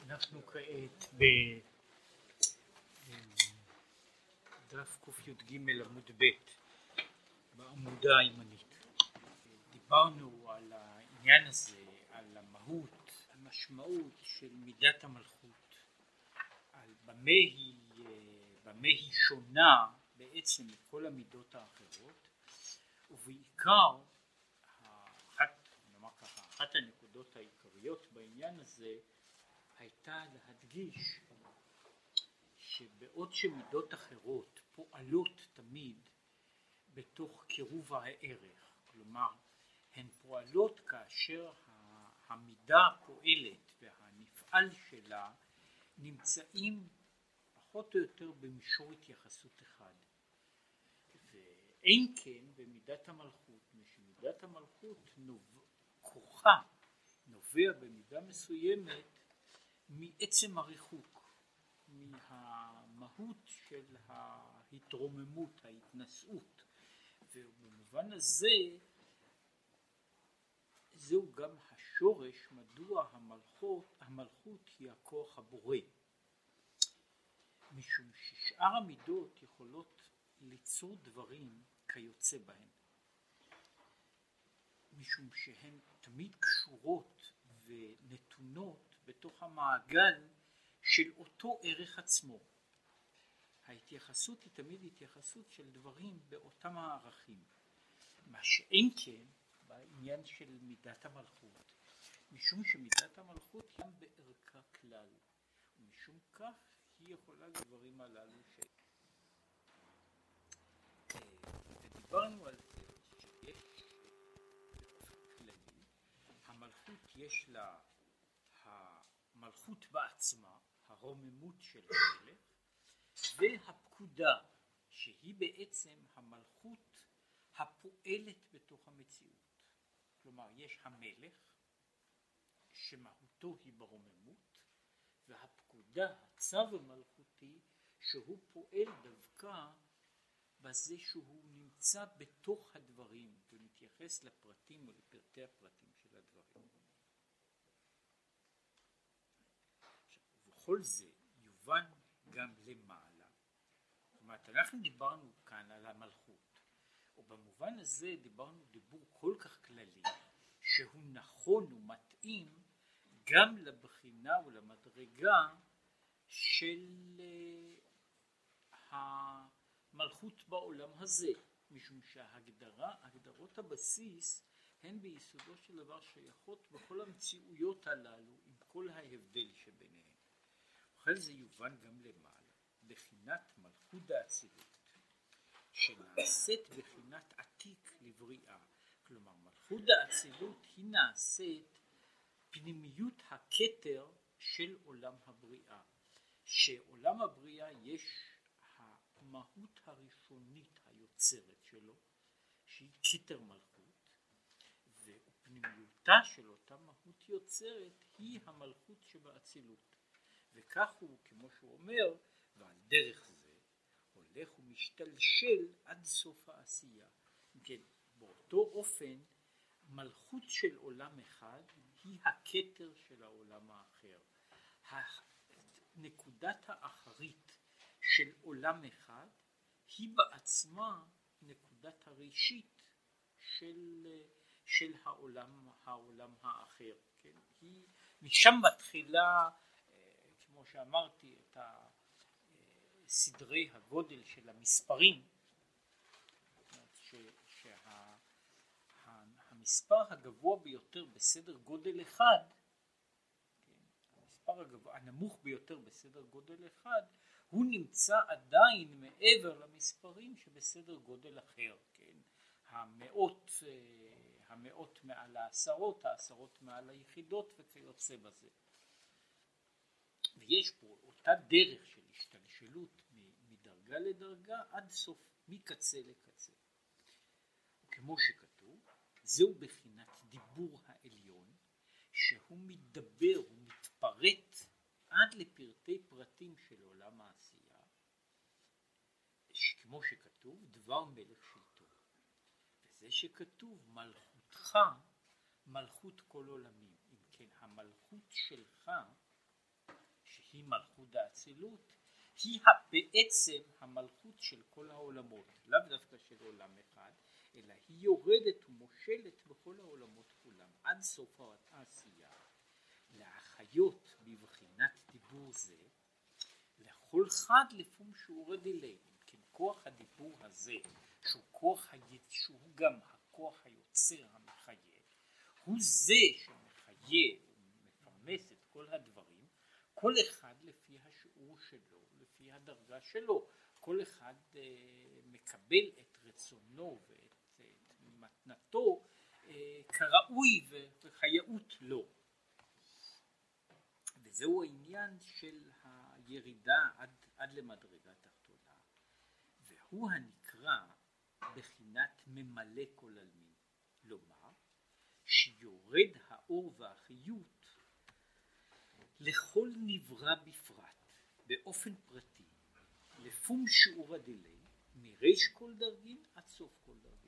אנחנו כעת בדף קי"ג עמוד ב' בעמודה הימנית. דיברנו על העניין הזה, על המהות, המשמעות של מידת המלכות, על במה היא שונה בעצם מכל המידות האחרות, ובעיקר אחת הנקודות העיקריות בעניין הזה הייתה להדגיש שבעוד שמידות אחרות פועלות תמיד בתוך קירוב הערך, כלומר הן פועלות כאשר המידה פועלת והנפעל שלה נמצאים פחות או יותר במישור התייחסות אחד, ואין כן במידת המלכות, שמידת המלכות כוחה נובע במידה מסוימת מעצם הריחוק, מהמהות של ההתרוממות, ההתנשאות, ובמובן הזה זהו גם השורש מדוע המלכות היא הכוח הבורא, משום ששאר המידות יכולות ליצור דברים כיוצא בהן, משום שהן תמיד קשורות ונתונות בתוך המעגל של אותו ערך עצמו. ההתייחסות היא תמיד התייחסות של דברים באותם הערכים, מה שאין כן בעניין של מידת המלכות, משום שמידת המלכות היא גם בערכה כלל, ומשום כך היא יכולה לדברים הללו ודיברנו על זה שיש כללי, המלכות יש לה המלכות בעצמה, הרוממות של המלך, והפקודה שהיא בעצם המלכות הפועלת בתוך המציאות. כלומר יש המלך שמהותו היא ברוממות, והפקודה, הצו המלכותי, שהוא פועל דווקא בזה שהוא נמצא בתוך הדברים ומתייחס לפרטים ולפרטי הפרטים של הדברים. ובכל זה יובן גם למעלה. זאת אומרת, אנחנו דיברנו כאן על המלכות, ובמובן הזה דיברנו דיבור כל כך כללי שהוא נכון ומתאים גם לבחינה ולמדרגה של המלכות בעולם הזה, משום הגדרות הבסיס הן ביסודו של דבר שייכות בכל המציאויות הללו עם כל ההבדל שביניהן. ובכן זה יובן גם למעלה, בחינת מלכות האצילות שנעשית בחינת עתיק לבריאה. כלומר מלכות האצילות היא נעשית פנימיות הכתר של עולם הבריאה, שעולם הבריאה יש המהות הראשונית היוצרת שלו שהיא כתר מלכות, ופנימיותה של אותה מהות יוצרת היא המלכות שבאצילות, וכך הוא, כמו שהוא אומר, ועל דרך זה הולך ומשתלשל עד סוף העשייה. כן, באותו אופן מלכות של עולם אחד היא הכתר של העולם האחר, נקודת האחרית של עולם אחד היא בעצמה נקודת הראשית של העולם האחר. כן? היא משם מתחילה, כמו שאמרתי, את סדרי הגודל של המספרים, שהמספר הגבוה ביותר בסדר גודל אחד, המספר הנמוך ביותר בסדר גודל אחד, הוא נמצא עדיין מעבר למספרים שבסדר גודל אחר, כן? המאות מעל העשרות, העשרות מעל היחידות וכיוצא בזה. ויש פה אותה דרך של השתלשלות מדרגה לדרגה עד סוף, מקצה לקצה. וכמו שכתוב, זהו בחינת דיבור העליון, שהוא מדבר ומתפרט עד לפרטי פרטים של עולם העשייה, כמו שכתוב דבר מלך שלטון, וזה שכתוב מלכותך מלכות כל עולמים. אם כן, המלכות שלך שהיא מלכות האצילות, היא בעצם המלכות של כל העולמות, לאו דווקא של עולם אחד, אלא היא יורדת ומושלת בכל העולמות כולם, עד סוף העשייה, להחיות בבחינת דיבור זה, לכל חד לפום שיעור הדילי. כן, כוח הדיבור הזה, שהוא גם הכוח היוצר המחיה, הוא זה שמחיה ומפרנס את כל הדברים, כל אחד לפי השיעור שלו, לפי הדרגה שלו, כל אחד מקבל את רצונו ואת מתנתו כראוי וחייאות לו. וזהו העניין של הירידה עד למדרגה תחתונה, והוא הנקרא בחינת ממלא כל עלמין, לומר שיורד האור והחיות לכל נברא בפרט באופן פרטי לפום שיעור הדילי מריש כל דרגין עד סוף כל דרגין.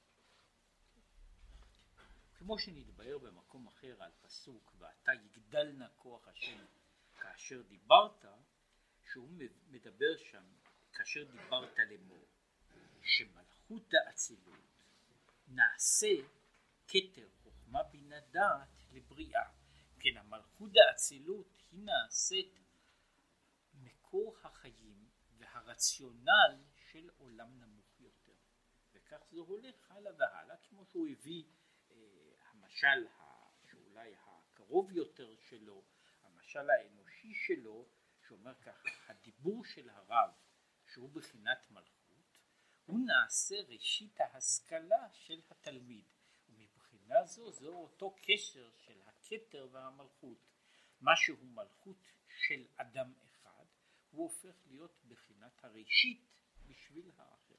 כמו שנתבהר במקום אחר על פסוק ואתה יגדלנה כוח השם כאשר דיברת, שהוא מדבר שם כאשר דיברת לאמור שמלכות האצילות נעשה כתר חוכמה בינה דעת לבריאה. כן, המלכות האצילות היא נעשית מקור החיים והרציונל של עולם נמוך יותר, וכך זה הולך הלאה והלאה, כמו שהוא הביא המשל שאולי הקרוב יותר שלו, המשל האנושי שלו, שאומר כך, הדיבור של הרב שהוא בחינת מלכות, הוא נעשה ראשית ההשכלה של התלמיד, ומבחינה זו זהו אותו קשר של הכתר והמלכות. מה שהוא מלכות של אדם אחד, הוא הופך להיות בחינת הראשית בשביל האחר.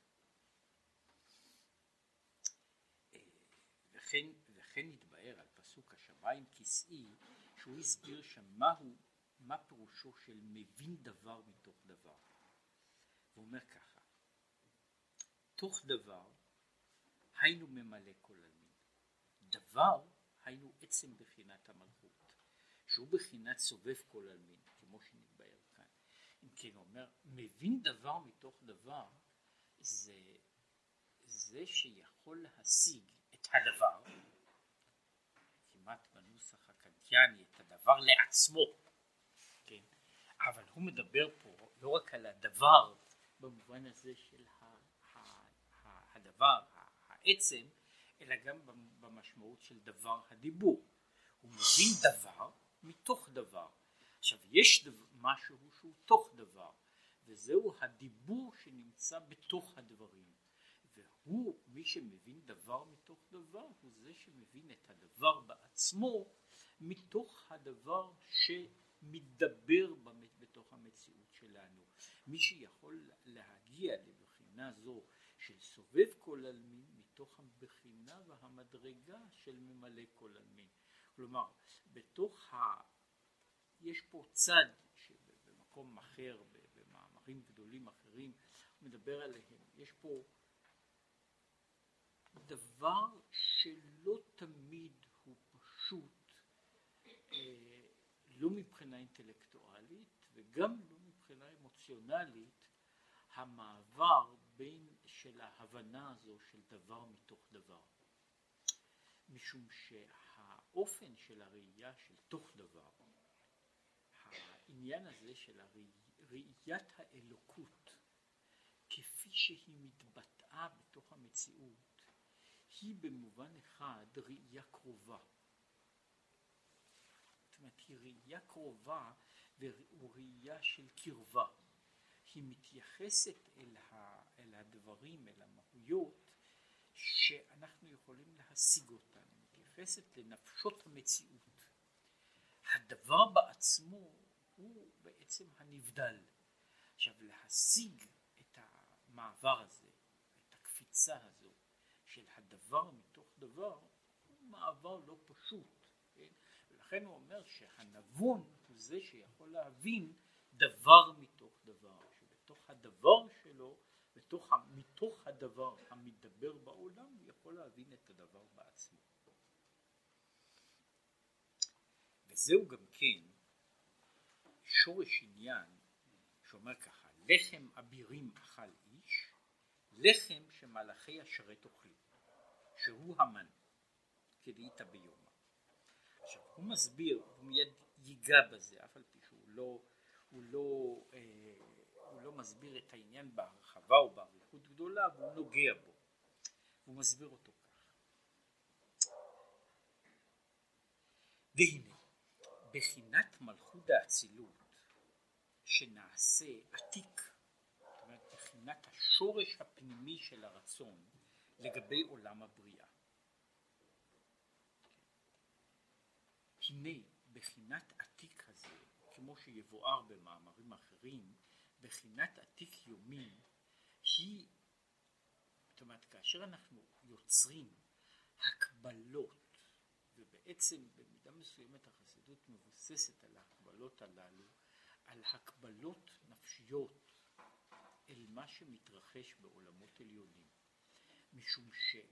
וכן נתבהר על פסוק השמיים כסאי, שהוא הסביר שם מה פירושו של מבין דבר מתוך דבר. הוא אומר ככה, תוך דבר היינו ממלא כל עלמין, דבר היינו עצם בחינת המלכות, שהוא בחינת סובב כל עלמין, כמו שנתבהר כאן. אם כן, הוא אומר, מבין דבר מתוך דבר, זה שיכול להשיג את הדבר, כמעט בנוסח הקנטיאני, את הדבר לעצמו, כן? אבל הוא מדבר פה לא רק על הדבר במובן הזה של הדבר, העצם, אלא גם במשמעות של דבר הדיבור. הוא מבין דבר מתוך דבר. עכשיו, יש משהו שהוא תוך דבר, וזהו הדיבור שנמצא בתוך הדברים. והוא, מי שמבין דבר מתוך דבר, הוא זה שמבין את הדבר בעצמו, מתוך הדבר שמתדבר בתוך המציאות שלנו. מי שיכול להגיע לבחינה זו של סובב כל עלמין, מתוך הבחינה והמדרגה של ממלא כל עלמין. כלומר, יש פה צד שבמקום אחר, במאמרים גדולים אחרים, הוא מדבר עליהם. יש פה דבר שלא תמיד הוא פשוט, לא מבחינה אינטלקטואלית וגם לא מבחינה אמוציונלית, המעבר בין של ההבנה הזו של דבר מתוך דבר. משום שהאופן של הראייה של תוך דבר, העניין הזה של ראיית האלוקות כפי שהיא מתבטאה בתוך המציאות, היא במובן אחד ראייה קרובה. זאת אומרת, היא ראייה קרובה וראייה של קרבה. היא מתייחסת אל הדברים, אל המהויות שאנחנו יכולים להשיג אותן. היא מתייחסת לנפשות המציאות. הדבר בעצמו הוא בעצם הנבדל. עכשיו, להשיג את המעבר הזה, את הקפיצה הזו של הדבר מתוך דבר, הוא מעבר לא פשוט. כן? ולכן הוא אומר שהנבון הוא זה שיכול להבין דבר מתוך דבר, שבתוך הדבר שלו, מתוך הדבר המתדבר בעולם, הוא יכול להבין את הדבר בעצמו. וזהו גם כן שורש עניין שאומר ככה, לחם אבירים אכל איש, לחם שמלאכי השרת אוכלים, שהוא המן, כדאית ביומא. עכשיו הוא מסביר, הוא מיד ייגע בזה, אף על פי שהוא לא מסביר את העניין בהרחבה או באריכות גדולה, והוא נוגע בו, הוא מסביר אותו כך. והנה, בחינת מלכות האצילות שנעשה עתיק, זאת אומרת בחינת השורש הפנימי של הרצון לגבי עולם הבריאה. הנה בחינת עתיק הזה, כמו שיבואר במאמרים אחרים, בחינת עתיק יומי היא, זאת אומרת כאשר אנחנו יוצרים הקבלות, ובעצם במידה מסוימת החסידות מבוססת על ההקבלות הללו, על הקבלות נפשיות אל מה שמתרחש בעולמות עליונים, משום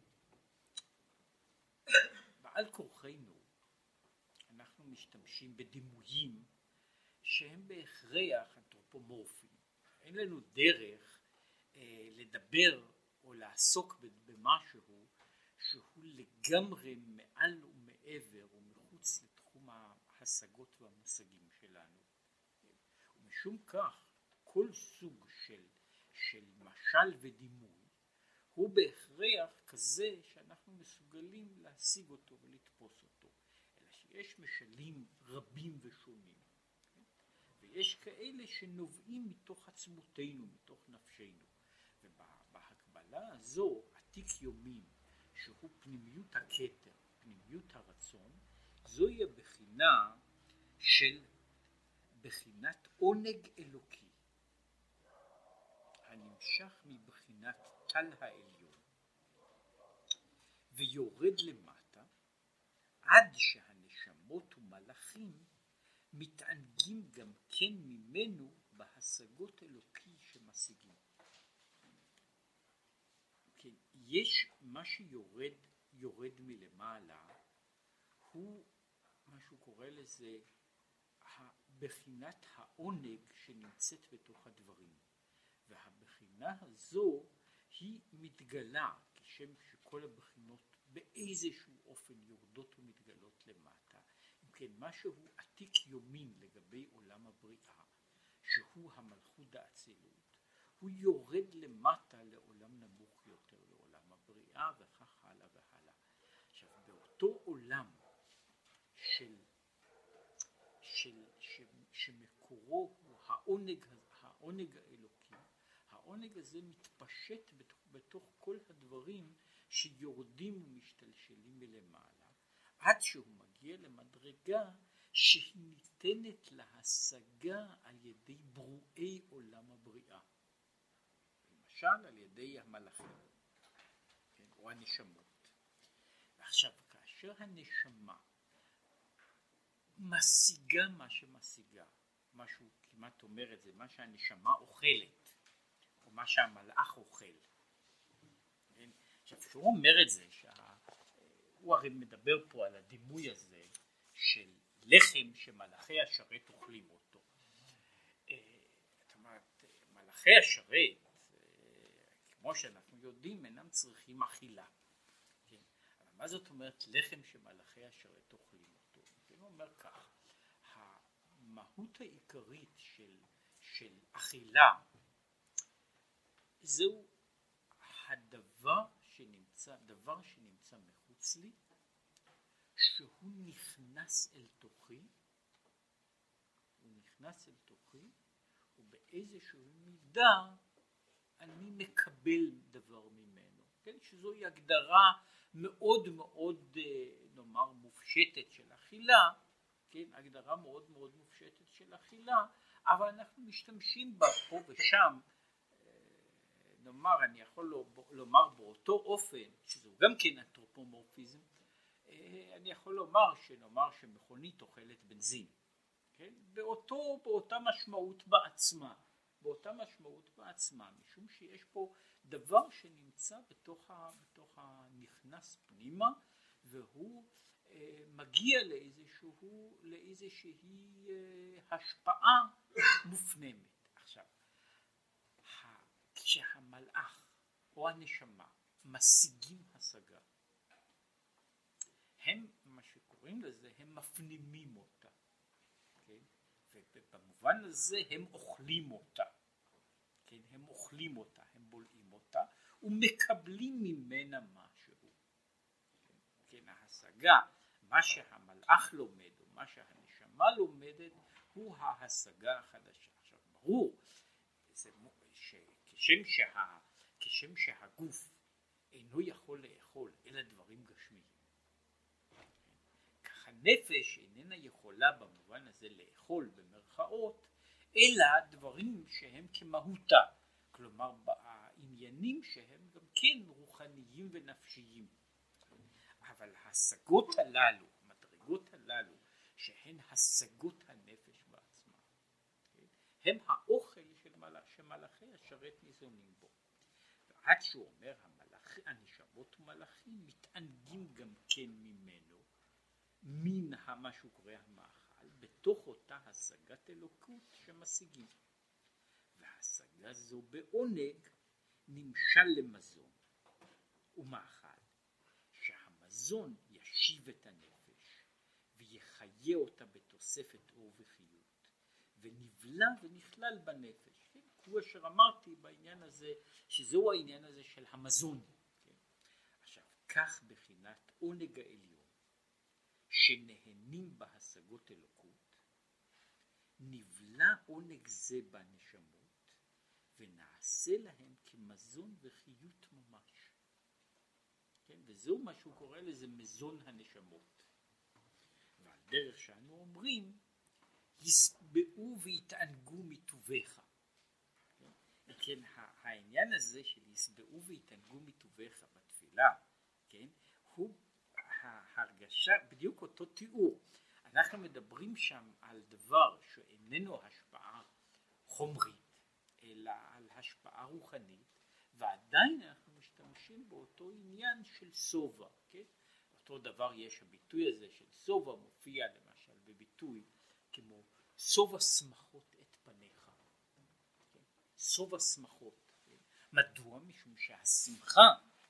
שבעל כורחנו אנחנו משתמשים בדימויים שהם בהכרח אנתרופומורפיים. אין לנו דרך לדבר או לעסוק במשהו שהוא לגמרי מעל ומעבר ומחוץ לתחום ההשגות והמושגים שלנו. ומשום כך כל סוג של משל ודימוי הוא בהכרח כזה שאנחנו מסוגלים להשיג אותו ולתפוס אותו, אלא שיש משלים רבים ושונים, ויש כאלה שנובעים מתוך עצמותנו, מתוך נפשנו, ובהקבלה הזו עתיק יומין שהוא פנימיות הכתר, פנימיות הרצון, זוהי הבחינה של בחינת עונג אלוקי הנמשך מבחינת טל העליון ויורד למטה עד שהנשמות ומלאכים מתענגים גם כן ממנו בהשגות אלוקי שמשיגים. כן, יש מה שיורד מלמעלה, הוא מה שהוא קורא לזה בחינת העונג שנמצאת בתוך הדברים, והבחינה הזו היא מתגלה כשם שכל הבחינות באיזשהו אופן יורדות ומתגלות למטה. אם כן, משהו עתיק יומין לגבי עולם הבריאה, שהוא המלכות האצילות, הוא יורד למטה לעולם נמוך יותר, לעולם הבריאה, וכך הלאה והלאה. עכשיו באותו עולם שמקורו הוא העונג האלוקי, העונג הזה מתפשט בתוך כל הדברים שיורדים ומשתלשלים מלמעלה, עד שהוא מגיע למדרגה שהיא ניתנת להשגה על ידי ברואי עולם הבריאה, למשל על ידי המלאכים, כן, או הנשמות. ועכשיו כאשר הנשמה משיגה מה שמשיגה, משהו כמעט אומר את זה, מה שהנשמה אוכלת או מה שהמלאך אוכל, כן? עכשיו שהוא אומר את זה, הוא הרי מדבר פה על הדימוי הזה של לחם שמלאכי השרת אוכלים אותו. זאת אומרת, מלאכי השרת, כמו שאנחנו יודעים, אינם צריכים אכילה, כן? אבל מה זאת אומרת לחם שמלאכי השרת אוכלים אותו? הוא אומר כך, המהות העיקרית של אכילה זהו הדבר שנמצא מחוץ לי, שהוא נכנס אל תוכי, ובאיזשהו מידה אני מקבל דבר ממנו, כן? שזוהי הגדרה מאוד מאוד נאמר מופשטת של אכילה, כן? הגדרה מאוד מאוד מופשטת של אכילה, אבל אנחנו משתמשים בה פה ושם. נאמר, אני יכול לומר באותו אופן, שזו גם כן אנתרופומורפיזם, אני יכול לומר שמכונית אוכלת בנזין, כן? באותה משמעות בעצמה, משום שיש פה דבר שנמצא בתוך הנכנס פנימה, והוא מגיע לאיזושהי השפעה מופנמת. עכשיו, כשהמלאך או הנשמה משיגים השגה, הם, מה שקוראים לזה, הם מפנימים אותה, כן? ובמובן הזה הם אוכלים אותה, כן? הם אוכלים אותה, הם בולעים אותה ומקבלים ממנה משהו, כן? ההשגה, מה שהמלאך לומד או מה שהנשמה לומדת, הוא ההשגה החדשה. עכשיו ברור, כשם שהגוף אינו יכול לאכול אלא דברים גשמיים, כך הנפש איננה יכולה במובן הזה לאכול במרכאות אלא דברים שהם כמהותה, כלומר העניינים שהם גם כן רוחניים ונפשיים. אבל ההשגות הללו, המדרגות הללו, שהן השגות הנפש בעצמה, הם האוכל שמלאכי השרת ניזונים בו. ועד שהוא אומר הנשמות ומלאכים מתענגים גם כן ממנו, מן מה שהוא קורא המאכל, בתוך אותה השגת אלוקות שמשיגים. וההשגה זו בעונג נמשל למזון ומאכל, שהמזון ישיב את הנפש ויחיה אותה בתוספת אור וחיות, ונבלע ונכלל בנפש. כן? כמו אשר אמרתי בעניין הזה, שזהו העניין הזה של המזון. כן? עכשיו, כך בחינת עונג העליון, שנהנים בהשגות אלוקות, נבלע עונג זה בנשמות, ונעשה להם כמזון וחיות ממש. כן? וזהו מה שהוא קורא לזה מזון הנשמות. ועל דרך שאנו אומרים, יסבעו ויתענגו מטובך. כן? כן, העניין הזה של יסבעו ויתענגו מטובך בתפילה, כן? הוא ההרגשה, בדיוק אותו תיאור. אנחנו מדברים שם על דבר שאיננו השפעה חומרית, אלא על השפעה רוחנית, ועדיין אנחנו משתמשים באותו עניין של סובה. כן? אותו דבר יש הביטוי הזה של סובה, מופיע למשל בביטוי כמו סובה שמחות את פניך. כן? סובה שמחות. כן? מדוע? משום שהשמחה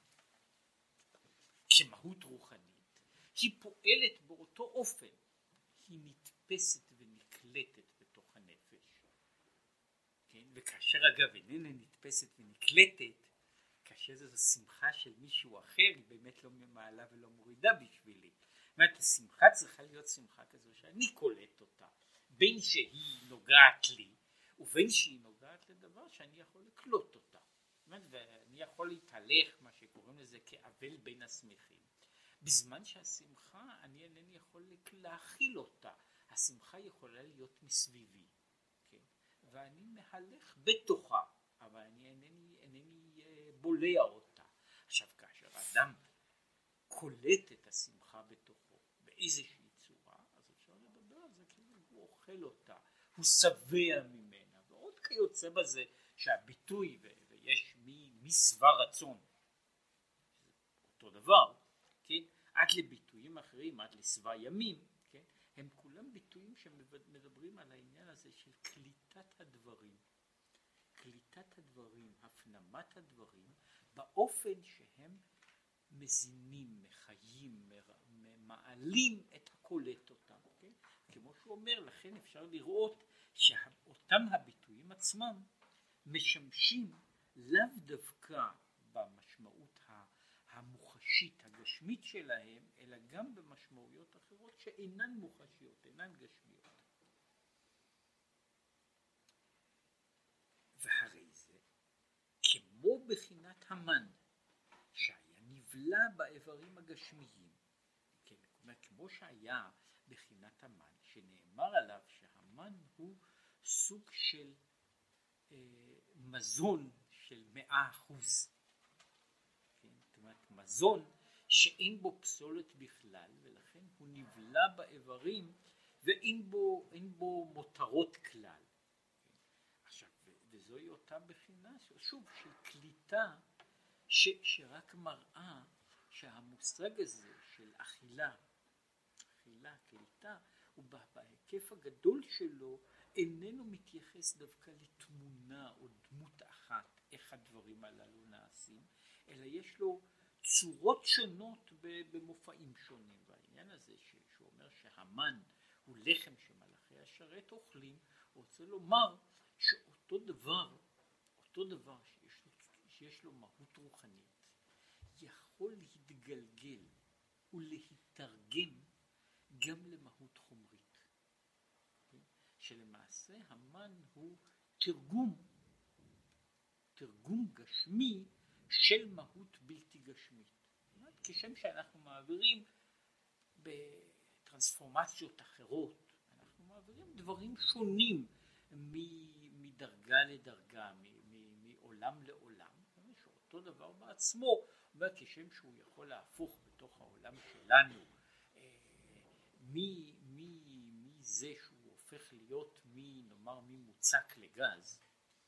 כמהות רוחנית היא פועלת באותו אופן, היא נתפסת ונקלטת בתוך הנפש. כן? וכאשר אגב איננה נתפסת ונקלטת, כאשר זו שמחה של מישהו אחר, היא באמת לא ממעלה ולא מורידה בשבילי. זאת אומרת, השמחה צריכה להיות שמחה כזו שאני קולט אותה, בין שהיא נוגעת לי ובין שהיא נוגעת לדבר שאני יכול לקלוט אותה. זאת אומרת, ואני יכול להתהלך, מה שקוראים לזה כאבל בין השמחים, בזמן שהשמחה אני אינני יכול להכיל אותה. השמחה יכולה להיות מסביבי, כן? ואני מהלך בתוכה, אבל אני אינני בולע אותה. עכשיו, כאשר אדם קולט את השמחה בתוכו באיזושהי צורה, אז אפשר לדבר על זה כאילו הוא אוכל אותה, הוא שבע ממנה, ועוד כיוצא בזה שהביטוי, ויש משבע רצון, אותו דבר, כן? עד לביטויים אחרים, עד לשבע ימים, כן? הם כולם ביטויים שמדברים על העניין הזה של קליטת הדברים. קליטת הדברים, הפנמת הדברים, באופן שהם מזינים, מחיים, מעלים את הקולט אותם. כן? כמו שהוא אומר, לכן אפשר לראות שאותם הביטויים עצמם משמשים לאו דווקא במשמעות המוחשית, הגשמית שלהם, אלא גם במשמעויות אחרות שאינן מוחשיות, אינן גשמיות. והרי זה כמו בחינת המן שהיה נבלע באיברים הגשמיים, כן, כמו שהיה בחינת המן שנאמר עליו שהמן הוא סוג של מזון של 100%, כן? זאת אומרת מזון שאין בו פסולת בכלל, ולכן הוא נבלע באיברים ואין בו מותרות כלל. כן? עכשיו, וזוהי אותה בחינה שוב של קליטה שרק מראה שהמושג הזה של אכילה, קליטה, הוא בהיקף הגדול שלו מתייחס דווקא לתמונה או דמות אחת, איך הדברים הללו נעשים, אלא יש לו צורות שונות במופעים שונים. והעניין הזה שאומר שהמן הוא לחם שמלאכי השרת אוכלים, רוצה לומר שאותו דבר שיש לו מהות רוחנית, יכול להתגלגל ולהתרגם גם למהות חומרית. שלמעשה המן הוא תרגום גשמי של מהות בלתי גשמית. כשם שאנחנו מעבירים בטרנספורמציות אחרות, אנחנו מעבירים דברים שונים מדרגה לדרגה, מעולם לעולם, שאותו דבר בעצמו, כשם שהוא יכול להפוך בתוך העולם שלנו מזה שהוא הופך להיות נאמר ממוצק לגז,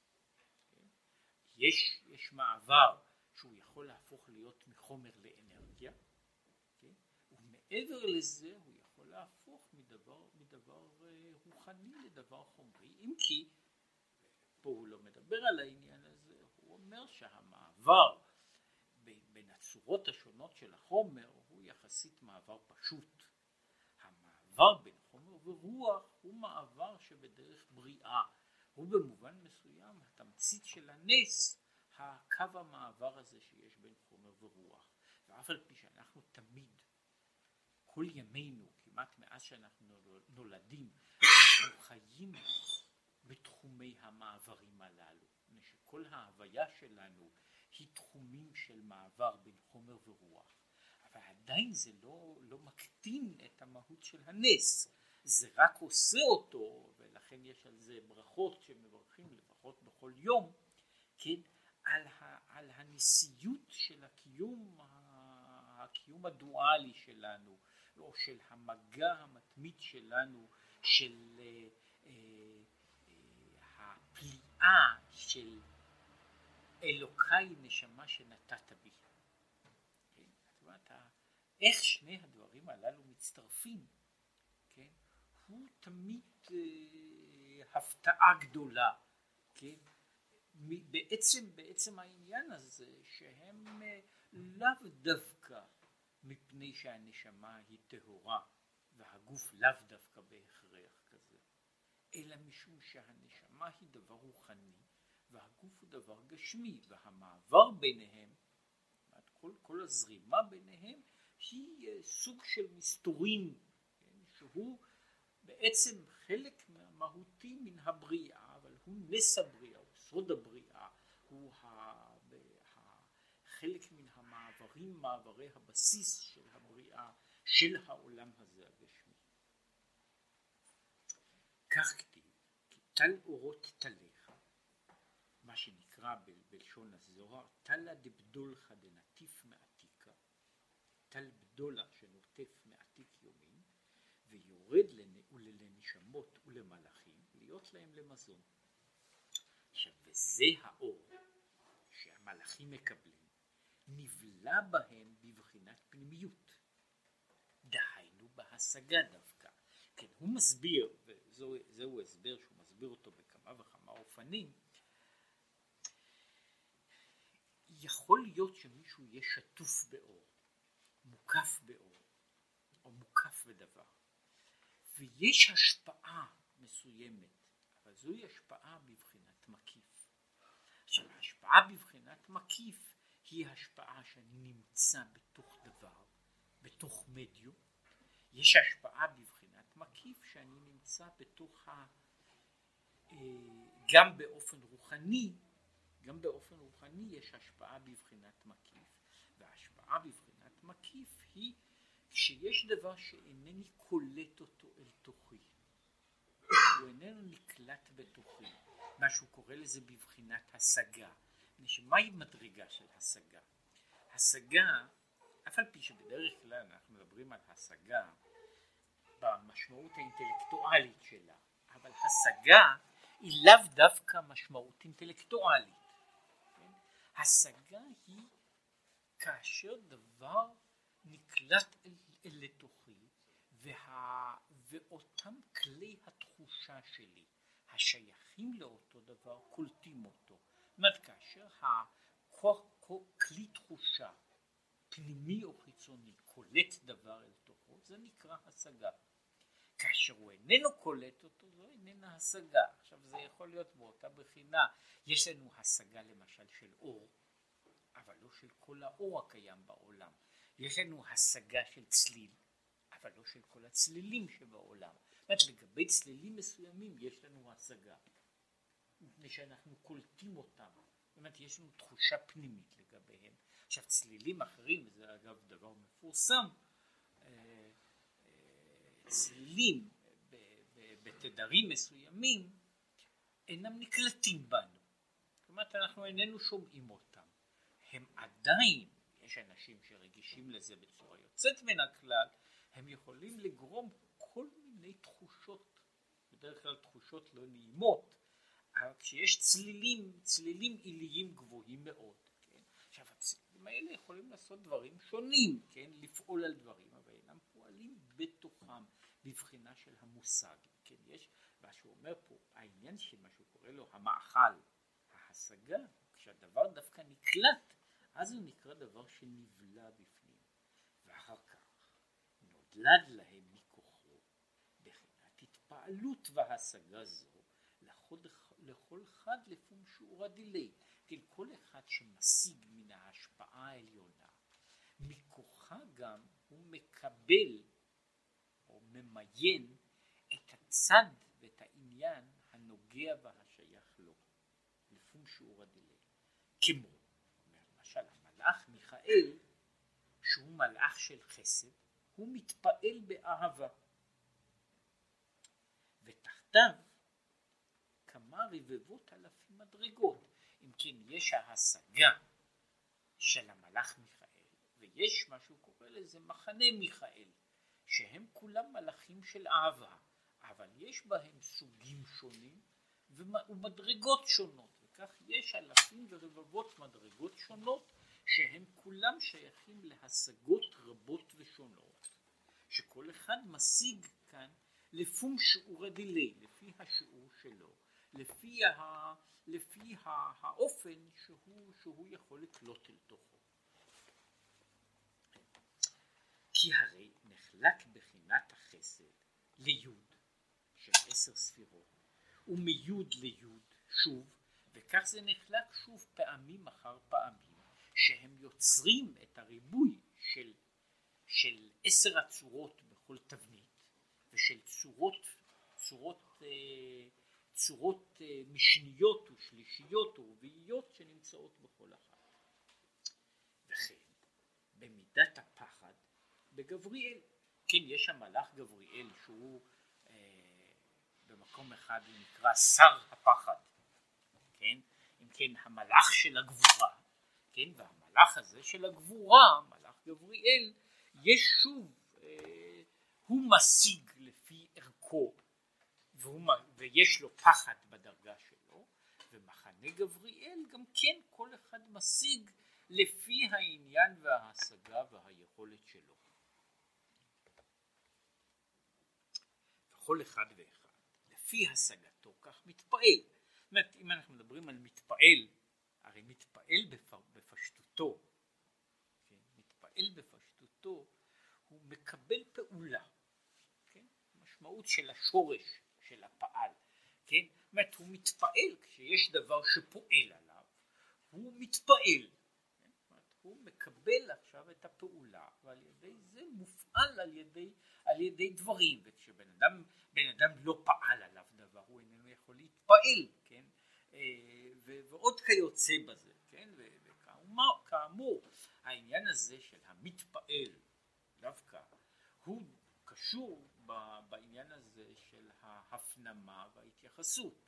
יש מעבר שהוא יכול להפוך להיות מחומר לאנרגיה, ומעבר לזה הוא יכול להפוך מדבר רוחני לדבר חומרי, אם כי פה הוא לא מדבר על העניין הזה, הוא אומר שהמעבר בין הצורות השונות של החומר הוא יחסית מעבר פשוט. המעבר בין חומר ורוח הוא מעבר שבדרך בריאה, הוא במובן מסוים התמצית של הנס, הקו המעבר הזה שיש בין חומר ורוח. ואף על פי שאנחנו תמיד, כל ימינו, כמעט מאז שאנחנו נולדים, אנחנו חיים בתחומי המעברים הללו, שכל ההוויה שלנו היא תחומים של מעבר בין חומר ורוח, אבל עדיין זה לא מקטין את המהות של הנס, זה רק עושה אותו, ולכן יש על זה ברכות שמברכים לפחות בכל יום, כן, על הניסיות של הקיום הדואלי שלנו, או של המגע המתמיד שלנו, של הפליאה של אלוקי נשמה שנתת בי. כן? זאת אומרת, איך שני הדברים הללו מצטרפים, כן? הוא תמיד הפתעה גדולה, כן? בעצם העניין הזה שהם לאו דווקא מפני שהנשמה היא טהורה והגוף לאו דווקא בהכרח כזה, אלא משום שהנשמה היא דבר רוחני והגוף הוא דבר גשמי, והמעבר ביניהם, כל הזרימה ביניהם היא סוג של מסתורין, כן? שהוא בעצם חלק מהותי מן הבריאה, אבל הוא נס הבריאה, הוא סוד הבריאה, הוא חלק מן המעברים, מעברי הבסיס של הבריאה, של העולם הזה הגשמי. כך כתיב, כי טל אורות תליך, מה שנקרא בלשון הזוהר, טלה דבדולך דנטיף מעתיקה, טל בדולה שנוטף מעתיק יומין, ויורד לנשמות ולמלאכים, להיות להם למזון. עכשיו, וזה האור שהמלאכים מקבלים, נבלע בהם בבחינת פנימיות, דהיינו בהשגה דווקא. כן, הוא מסביר, וזהו הסבר שהוא מסביר אותו בכמה וכמה אופנים, יכול להיות שמישהו יהיה שטוף באור, מוקף באור, או מוקף בדבר, ויש השפעה מסוימת, אבל זוהי השפעה בבחינת מקיף. עכשיו, ההשפעה בבחינת מקיף היא השפעה שאני נמצא בתוך דבר, בתוך מדיום. יש השפעה בבחינת מקיף שאני נמצא בתוך גם באופן רוחני, יש השפעה בבחינת מקיף, וההשפעה בבחינת מקיף היא שיש דבר שאינני קולט אותו אל תוכי, הוא איננו נקלט בתוכי, מה שהוא קורא לזה בבחינת השגה. מהי מדרגה של השגה? השגה, אף על פי שבדרך כלל אנחנו מדברים על השגה במשמעות האינטלקטואלית שלה, אבל השגה היא לאו דווקא משמעות אינטלקטואלית. כן? השגה היא כאשר דבר נקלט אל לתוכי, ואותם כלי התחושה שלי, השייכים לאותו דבר קולטים אותו. זאת אומרת, כאשר כלי תחושה פנימי או חיצוני קולט דבר אל תוכו, זה נקרא השגה. כאשר הוא איננו קולט אותו, זו איננה השגה. עכשיו זה יכול להיות באותה בחינה, יש לנו השגה למשל של אור, אבל לא של כל האור הקיים בעולם. יש לנו השגה של צליל, אבל לא של כל הצלילים שבעולם. זאת אומרת, לגבי צלילים מסוימים יש לנו השגה, מפני שאנחנו קולטים אותם. זאת אומרת, יש לנו תחושה פנימית לגביהם. עכשיו, צלילים אחרים, וזה אגב דבר מפורסם, צלילים בתדרים מסוימים אינם נקלטים בנו. זאת אומרת, אנחנו איננו שומעים אותם. הם עדיין, יש אנשים שרגישים לזה בצורה יוצאת מן הכלל, הם יכולים לגרום כל מיני תחושות, בדרך כלל תחושות לא נעימות, אבל כשיש צלילים עיליים גבוהים מאוד, כן? עכשיו הצלילים האלה יכולים לעשות דברים שונים, כן? לפעול על דברים, אבל אינם פועלים בתוכם בבחינה של המושג, כן? יש מה שהוא אומר פה, העניין של מה שהוא קורא לו המאכל, ההשגה, כשהדבר דווקא נקלט, אז הוא נקרא דבר שנבלע בפנים, ואחר כך נודלד להם מכוחו בחינת התפעלות והשגה זו לכל אחד לפום שיעור הדילי. כן, כל אחד שמשיג מן ההשפעה העליונה, מכוחה גם הוא מקבל או ממיין את הצד ואת העניין הנוגע והשייך לו, לפום שיעור הדילי. כמו, למשל המלאך מיכאל, שהוא מלאך של חסד, הוא מתפעל באהבה. ותחתיו כמה רבבות אלפים מדרגות. אם כן, יש ההשגה של המלאך מיכאל, ויש מה שהוא קורא לזה מחנה מיכאל, שהם כולם מלאכים של אהבה, אבל יש בהם סוגים שונים ומדרגות שונות, וכך יש אלפים ורבבות מדרגות שונות, שהם כולם שייכים להשגות רבות ושונות, שכל אחד משיג כאן לפום שיעור הדילי, לפי השיעור שלו, לפי האופן שהוא יכול לקלוט אל תוכו. כי הרי נחלק בחינת החסד ליוד של 10 ספירות, ומיוד ליוד שוב, וכך זה נחלק שוב פעמים אחר פעמים, שהם יוצרים את הריבוי של 10 הצורות בכל תבנית, ושל צורות משניות ושלישיות ורביעיות שנמצאות בכל אחת. וכן במידת הפחד בגבריאל, כן, יש המלאך גבריאל שהוא במקום אחד הוא נקרא שר הפחד, כן, אם כן המלאך של הגבורה, כן, והמלאך הזה של הגבורה, מלאך גבריאל, יש שוב, הוא משיג לפי ערכו, ויש לו פחד בדרגה שלו, ומחנה גבריאל גם כן כל אחד משיג לפי העניין וההשגה והיכולת שלו. וכל אחד ואחד לפי השגתו כך מתפעל. זאת אומרת, אם אנחנו מדברים על מתפעל, הרי מתפעל בפשטותו, כן? מתפעל בפשטותו הוא מקבל פעולה, כן? המשמעות של השורש של הפעל, כן? זאת אומרת, הוא מתפעל כשיש דבר שפועל עליו, הוא מתפעל, כן? זאת אומרת, הוא מקבל עכשיו את הפעולה, ועל ידי זה מופעל על ידי דברים, וכשבן אדם לא פעל עליו דבר, הוא איננו יכול להתפעל, כן? ועוד כיוצא בזה, כן? וכאמור, העניין הזה של המתפעל דווקא הוא קשור בעניין הזה של ההפנמה וההתייחסות.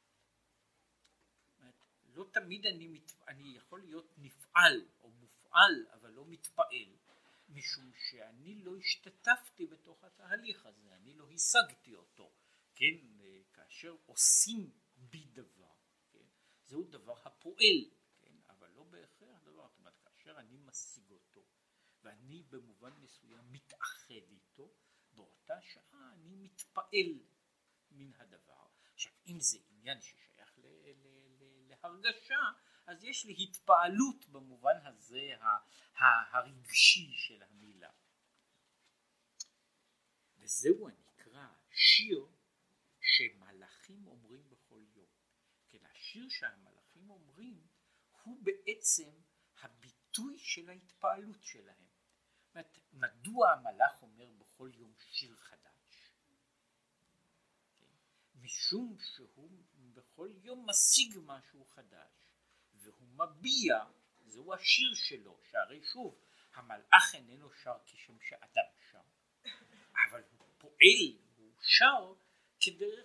לא תמיד אני יכול להיות נפעל או מופעל, אבל לא מתפעל, משום שאני לא השתתפתי בתוך התהליך הזה, אני לא השגתי אותו, כן? כאשר עושים בי דבר, כן? זהו דבר הפועל, כן? אבל לא בהכרח דבר, זאת אומרת, כאשר אני משיג אותו, ואני במובן מסוים מתאחד איתו, באותה שעה אני מתפעל מן הדבר. עכשיו, אם זה עניין ששייך להרגשה, אז יש לי התפעלות במובן הזה הרגשי של המילה. וזהו הנקרא שיר שמלאכים אומרים בכל יום. כן, השיר שהמלאכים אומרים הוא בעצם הביטוי של ההתפעלות שלהם. זאת אומרת, מדוע המלאך אומר בכל יום שיר חדש? כן? משום שהוא בכל יום משיג משהו חדש, והוא מביע, זהו השיר שלו, שהרי שוב, המלאך איננו שר כשם שאדם שר, אבל הוא פועל, הוא שר כדרך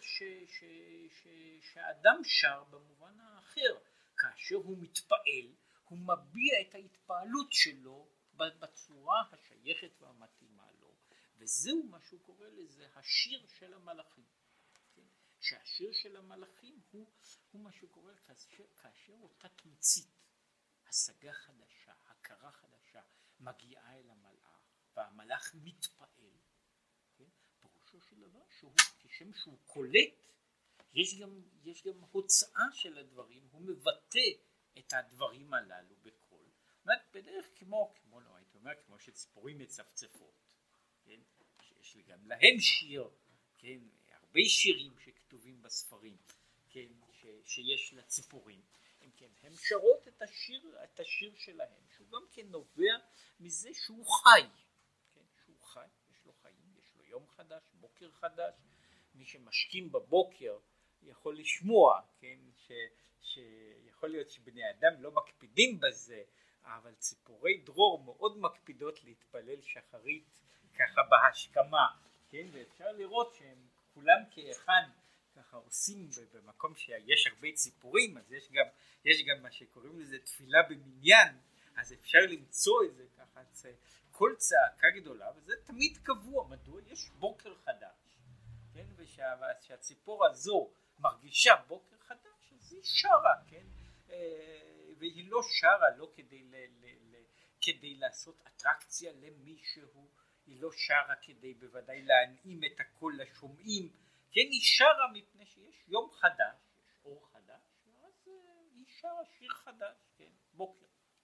שהאדם שר במובן האחר. כאשר הוא מתפעל, הוא מביע את ההתפעלות שלו בצורה השייכת והמתאימה לו, וזהו מה שהוא קורא לזה השיר של המלאכים. כן? שהשיר של המלאכים הוא מה שהוא קורא כאשר אותה תמצית, השגה חדשה, הכרה חדשה, מגיעה אל המלאך, והמלאך מתפעל, כן? פירושו של דבר שהוא, כשם שהוא קולט, יש גם הוצאה של הדברים, הוא מבטא את הדברים הללו בקול. זאת אומרת, בדרך כמו לא הייתי אומר, כמו שציפורים מצפצפות, כן? שיש לי גם להם שיר, כן? הרבה שירים שכתובים בספרים, כן? שיש לציפורים. כן, הם שרות את השיר שלהם, שהוא גם כן נובע מזה שהוא חי, כן? שהוא חי, יש לו חיים, יש לו יום חדש, בוקר חדש. מי שמשכים בבוקר יכול לשמוע, כן? שיכול להיות שבני אדם לא מקפידים בזה, אבל ציפורי דרור מאוד מקפידות להתפלל שחרית ככה בהשכמה, כן? ואפשר לראות שהם כולם כאחד ככה עושים במקום שיש הרבה ציפורים, אז יש גם מה שקוראים לזה תפילה במניין, אז אפשר למצוא את זה ככה, כל צעקה גדולה, וזה תמיד קבוע. מדוע? יש בוקר חדש, כן? ושהציפור הזו מרגישה בוקר חדש, אז היא שרה, כן? והיא לא שרה לא כדי לעשות אטרקציה למישהו, היא לא שרה כדי בוודאי להנעים את הקול לשומעים, כן? היא שרה מפני שיש יום חדש, יש אור חדש, ואז היא שרה שיר חדש, כן? בוקר.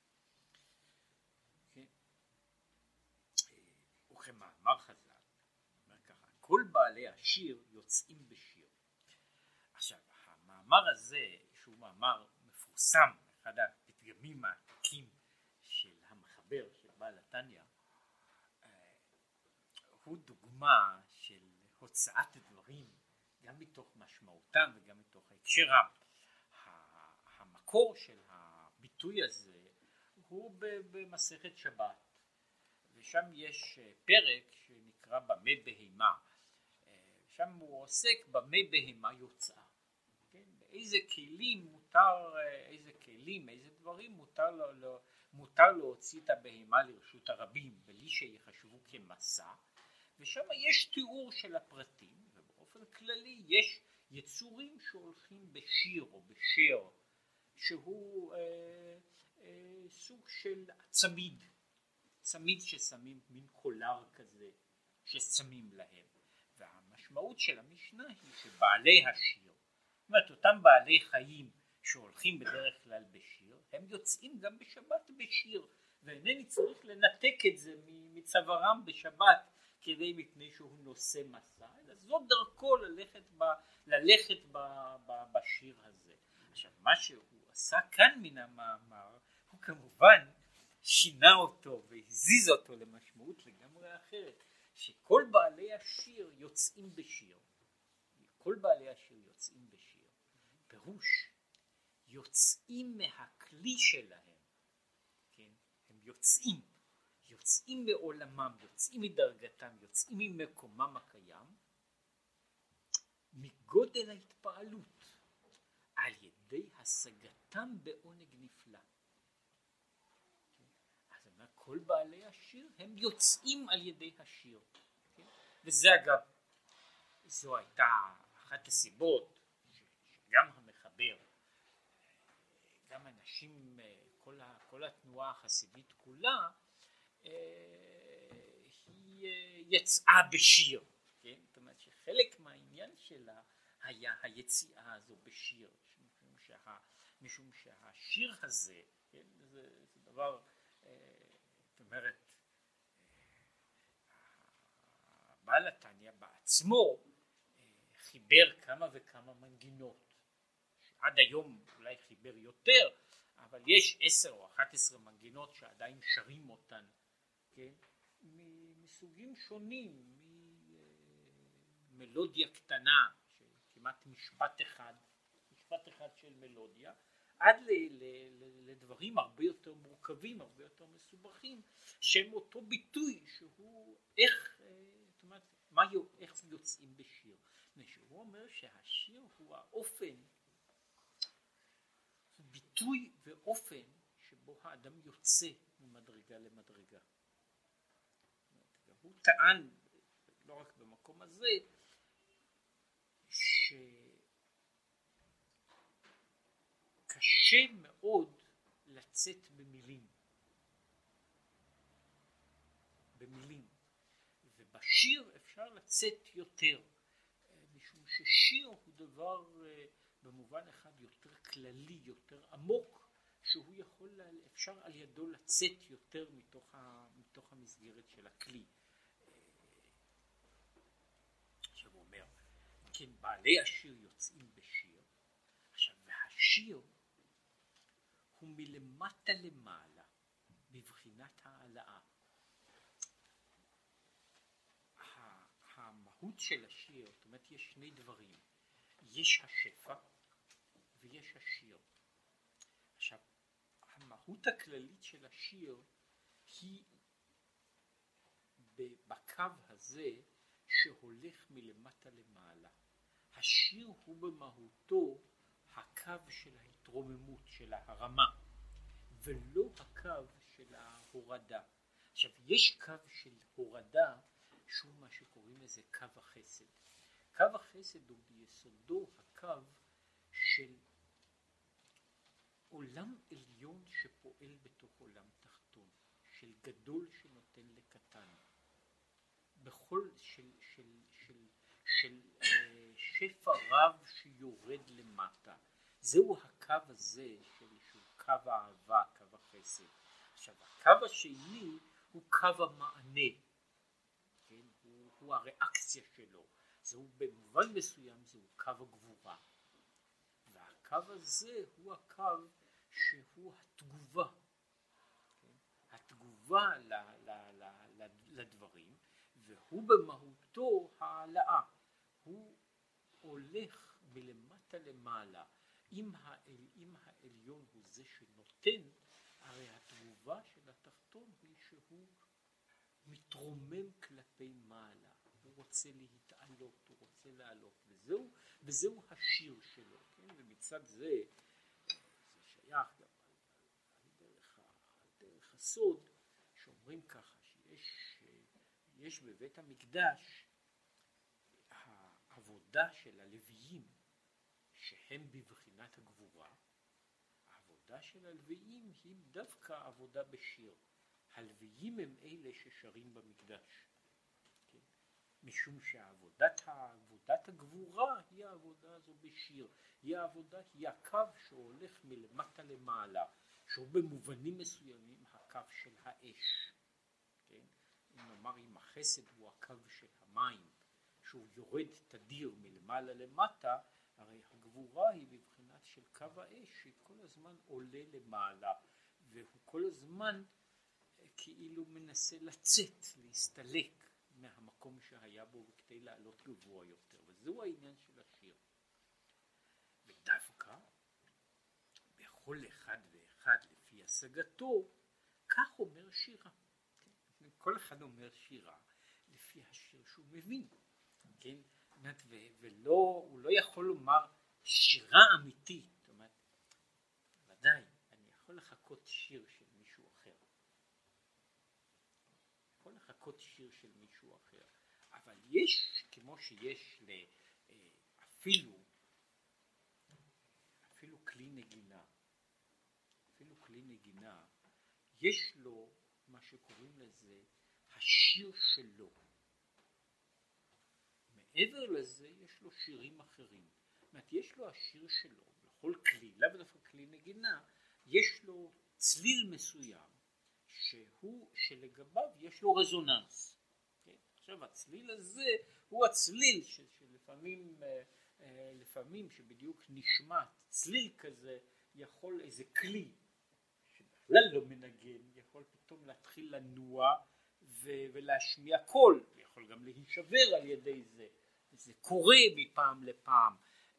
כן? וכמאמר חז"ל, אומר ככה, כל בעלי השיר יוצאים בשיר. עכשיו, המאמר הזה, שהוא מאמר מפורסם, אחד הפתגמים העתיקים של המחבר של בעל התניא, הוא דוגמה של הוצאת דברים גם מתוך משמעותם וגם מתוך הקשרם. המקור של הביטוי הזה הוא במסכת שבת, ושם יש פרק שנקרא במה בהמה. שם הוא עוסק במה בהמה יוצאה, כן? באיזה כלים מותר, איזה דברים מותר להוציא את הבהמה לרשות הרבים בלי שיחשבו כמסע, ושם יש תיאור של הפרטים, ובאופן כללי יש יצורים שהולכים בשיר או בשר, שהוא סוג של צמיד ששמים, מין קולר כזה ששמים להם. והמשמעות של המשנה היא שבעלי השיר, זאת אומרת אותם בעלי חיים שהולכים בדרך כלל בשיר, הם יוצאים גם בשבת בשיר, ואינני צריך לנתק את זה מצווארם בשבת כדי מפני שהוא נושא מסע, אלא זאת דרכו ללכת בשיר הזה. עכשיו, מה שהוא עשה כאן מן המאמר, הוא כמובן שינה אותו והזיז אותו למשמעות לגמרי אחרת, שכל בעלי השיר יוצאים בשיר. כל בעלי השיר יוצאים בשיר. פירוש, יוצאים מהכלי שלהם, כן? הם יוצאים מעולמם, יוצאים מדרגתם, יוצאים ממקומם הקיים, מגודל ההתפעלות, על ידי השגתם בעונג נפלא. אז אומר, כל בעלי השיר הם יוצאים על ידי השיר, כן? וזה אגב, זו הייתה אחת הסיבות שגם המחבר, גם אנשים, כל התנועה החסידית כולה, היא יצאה בשיר, כן? זאת אומרת שחלק מהעניין שלה היה היציאה הזו בשיר, משום שהשיר הזה, כן, זה דבר, זאת אומרת, בעל התניא בעצמו חיבר כמה וכמה מנגינות, עד היום אולי חיבר יותר, אבל יש 10 או 11 מנגינות שעדיין שרים אותן, כן, מסוגים שונים, ממלודיה קטנה, כמעט משפט אחד של מלודיה, עד לדברים הרבה יותר מורכבים, הרבה יותר מסובכים, שהם אותו ביטוי שהוא איך יוצאים בשיר. הוא אומר שהשיר הוא האופן, ביטוי ואופן שבו האדם יוצא ממדרגה למדרגה. הוא טען, לא רק במקום הזה, שקשה מאוד לצאת במילים, ובשיר אפשר לצאת יותר, משום ששיר הוא דבר במובן אחד יותר כללי, יותר עמוק, שהוא יכול, אפשר על ידו לצאת יותר מתוך המסגרת של הכלי. עכשיו הוא אומר, כן, בעלי השיר יוצאים בשיר. עכשיו, והשיר הוא מלמטה למעלה, בבחינת העלאה. המהות של השיר, זאת אומרת, יש שני דברים. יש השפע ויש השיר. עכשיו, המהות הכללית של השיר היא בקו הזה שהולך מלמטה למעלה. השיר הוא במהותו הקו של ההתרוממות, של ההרמה, ולא הקו של ההורדה. עכשיו, יש קו של הורדה שהוא מה שקוראים לזה קו החסד. קו החסד הוא ביסודו הקו של עולם עליון שפועל בתוך עולם תחתון, של גדול שנותן לקטן, בכל של שפע רב שיורד למטה. זהו הקו הזה שהוא קו האהבה, קו החסד. עכשיו, הקו השני הוא קו המענה, כן? הוא הריאקציה שלו. זהו במובן מסוים, זהו קו הגבורה. והקו הזה הוא הקו שהוא התגובה. כן? התגובה לדברים, והוא במהותו העלאה. הוא הולך מלמטה למעלה. אם העליון הוא זה שנותן, הרי התגובה של התחתון היא שהוא מתרומם כלפי מעלה. הוא רוצה להתעלות, הוא רוצה לעלות. וזהו השיר שלו. כן? ומצד זה שייך גם על דרך הסוד, שאומרים ככה, שיש בבית המקדש העבודה של הלוויים, שהם בבחינת הגבורה. העבודה של הלוויים היא דווקא עבודה בשיר. הלוויים הם אלה ששרים במקדש, כן? משום שעבודת הגבורה היא העבודה הזו בשיר. היא הקו שהולך מלמטה למעלה, שהוא במובנים מסוימים הקו של האש, כן? אם נאמר, אם החסד הוא הקו של המים, שהוא יורד תדיר מלמעלה למטה, הרי הגבורה היא בבחינת של קו האש שכל הזמן עולה למעלה, והוא כל הזמן כאילו מנסה לצאת, להסתלק מהמקום שהיה בו כדי לעלות גבוה יותר. וזהו העניין של השיר. ודווקא בכל אחד ואחד לפי השגתו, כך אומר שירה. כל אחד אומר שירה לפי השיר שהוא מבין. כן? הוא לא יכול לומר שירה אמיתית. זאת אומרת, ודאי, אני יכול לחכות שיר של מישהו אחר. יכול לחכות שיר של מישהו אחר. אבל יש, כמו שיש אפילו כלי נגינה, יש לו מה שקוראים לזה השיר שלו. מעבר לזה יש לו שירים אחרים. זאת אומרת, יש לו השיר שלו, בכל כלי, לאו דווקא כלי נגינה, יש לו צליל מסוים שלגביו יש לו רזוננס. כן? עכשיו הצליל הזה הוא הצליל לפעמים שבדיוק נשמע צליל כזה, יכול איזה כלי שבכלל לא מנגן, יכול פתאום להתחיל לנוע ולהשמיע קול, יכול גם להישבר על ידי זה. זה קורה מפעם לפעם,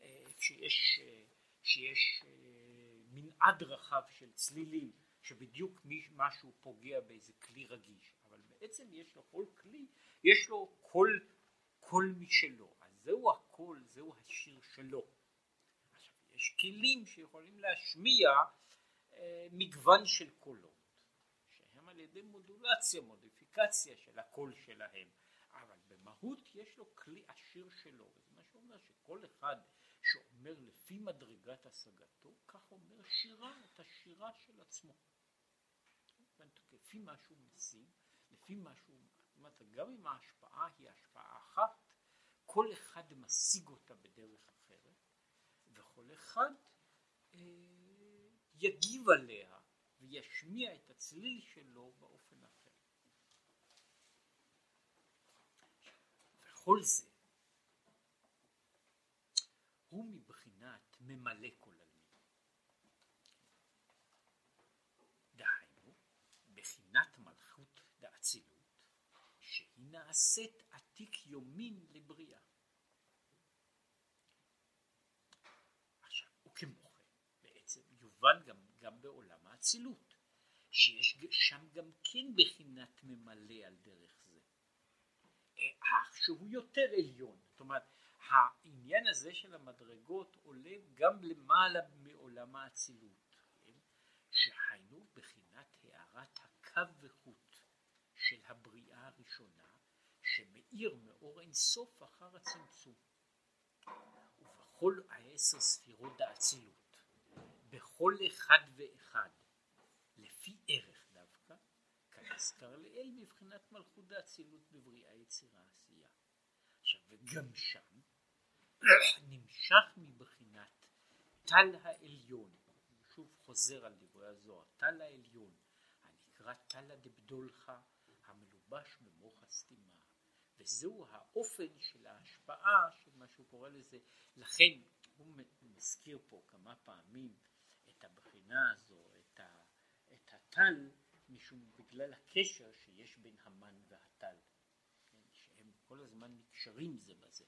שיש מנעד רחב של צלילים, שבדיוק משהו פוגע באיזה כלי רגיש, אבל בעצם יש לו כל כלי, יש לו קול משלו, אז זהו הקול, זהו השיר שלו. עכשיו, יש כלים שיכולים להשמיע מגוון של קולות, שהם על ידי מודולציה, מודיפיקציה של הקול שלהם, אבל במהות יש לו כלי השיר שלו, וזה מה שאומר שכל אחד שאומר לפי מדרגת השגתו, כך אומר שירה, את השירה של עצמו. לפי מה שהוא משיג, לפי מה שהוא, זאת אומרת, גם אם ההשפעה היא השפעה אחת, כל אחד משיג אותה בדרך אחרת, וכל אחד יגיב עליה וישמיע את הצליל שלו באופן אחר. וכל זה הוא מבחינת ממלא כל עלמין. דהיינו, בחינת מלכות דאצילות, שהיא נעשית עתיק יומין לבריאה. עכשיו, וכמו כן, בעצם יובן גם בעולם האצילות, שיש שם גם כן בחינת ממלא על דרך זה. אך שהוא יותר עליון, זאת אומרת, העניין הזה של המדרגות עולה גם למעלה מעולם האצילות, כן? שהיינו בחינת הערת הקו וחוט של הבריאה הראשונה, שמאיר מאור אינסוף אחר הצמצום. ובכל 10 ספירות האצילות, בכל אחד ואחד, לפי ערך דווקא, כנזכר לאל מבחינת מלכות האצילות בבריאה יצירה עשייה. עכשיו, וגם שם נמשך מבחינת תל העליון, שוב חוזר על דברי הזוהר, תל העליון, הנקרא תלא דבדולך, המלובש במוח הסתימה, וזהו האופן של ההשפעה של מה שהוא קורא לזה. לכן הוא מזכיר פה כמה פעמים את הבחינה הזו, את הטל, משום בגלל הקשר שיש בין המן והטל, שהם כל הזמן נקשרים זה בזה.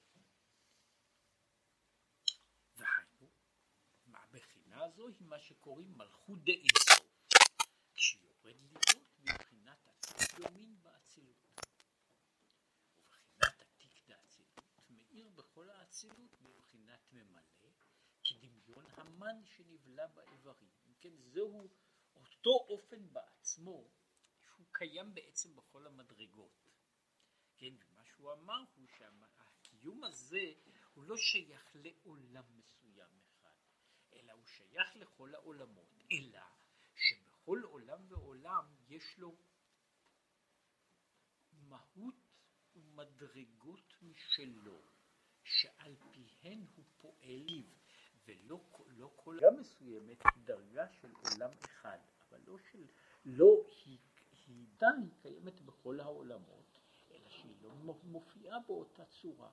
והיינו, הבחינה הזו היא מה שקוראים מלכות דאינסוף, כשיורד להיות מבחינת עתיק יומין באצילות. ובחינת עתיק דאצילות מאיר בכל האצילות מבחינת ממלא, כדמיון המן שנבלע באיברים. אם כן, זהו אותו אופן בעצמו שהוא קיים בעצם בכל המדרגות. כן, ומה שהוא אמר הוא שהקיום הזה הוא לא שייך לעולם מסוים אחד, אלא הוא שייך לכל העולמות, אלא שבכל עולם ועולם יש לו מהות ומדרגות משלו, שעל פיהן הוא פועל, ולא כל דרגה מסוימת היא דרגה של עולם אחד, אבל היא קיימת בכל העולמות, אלא שהיא לא מופיעה באותה צורה.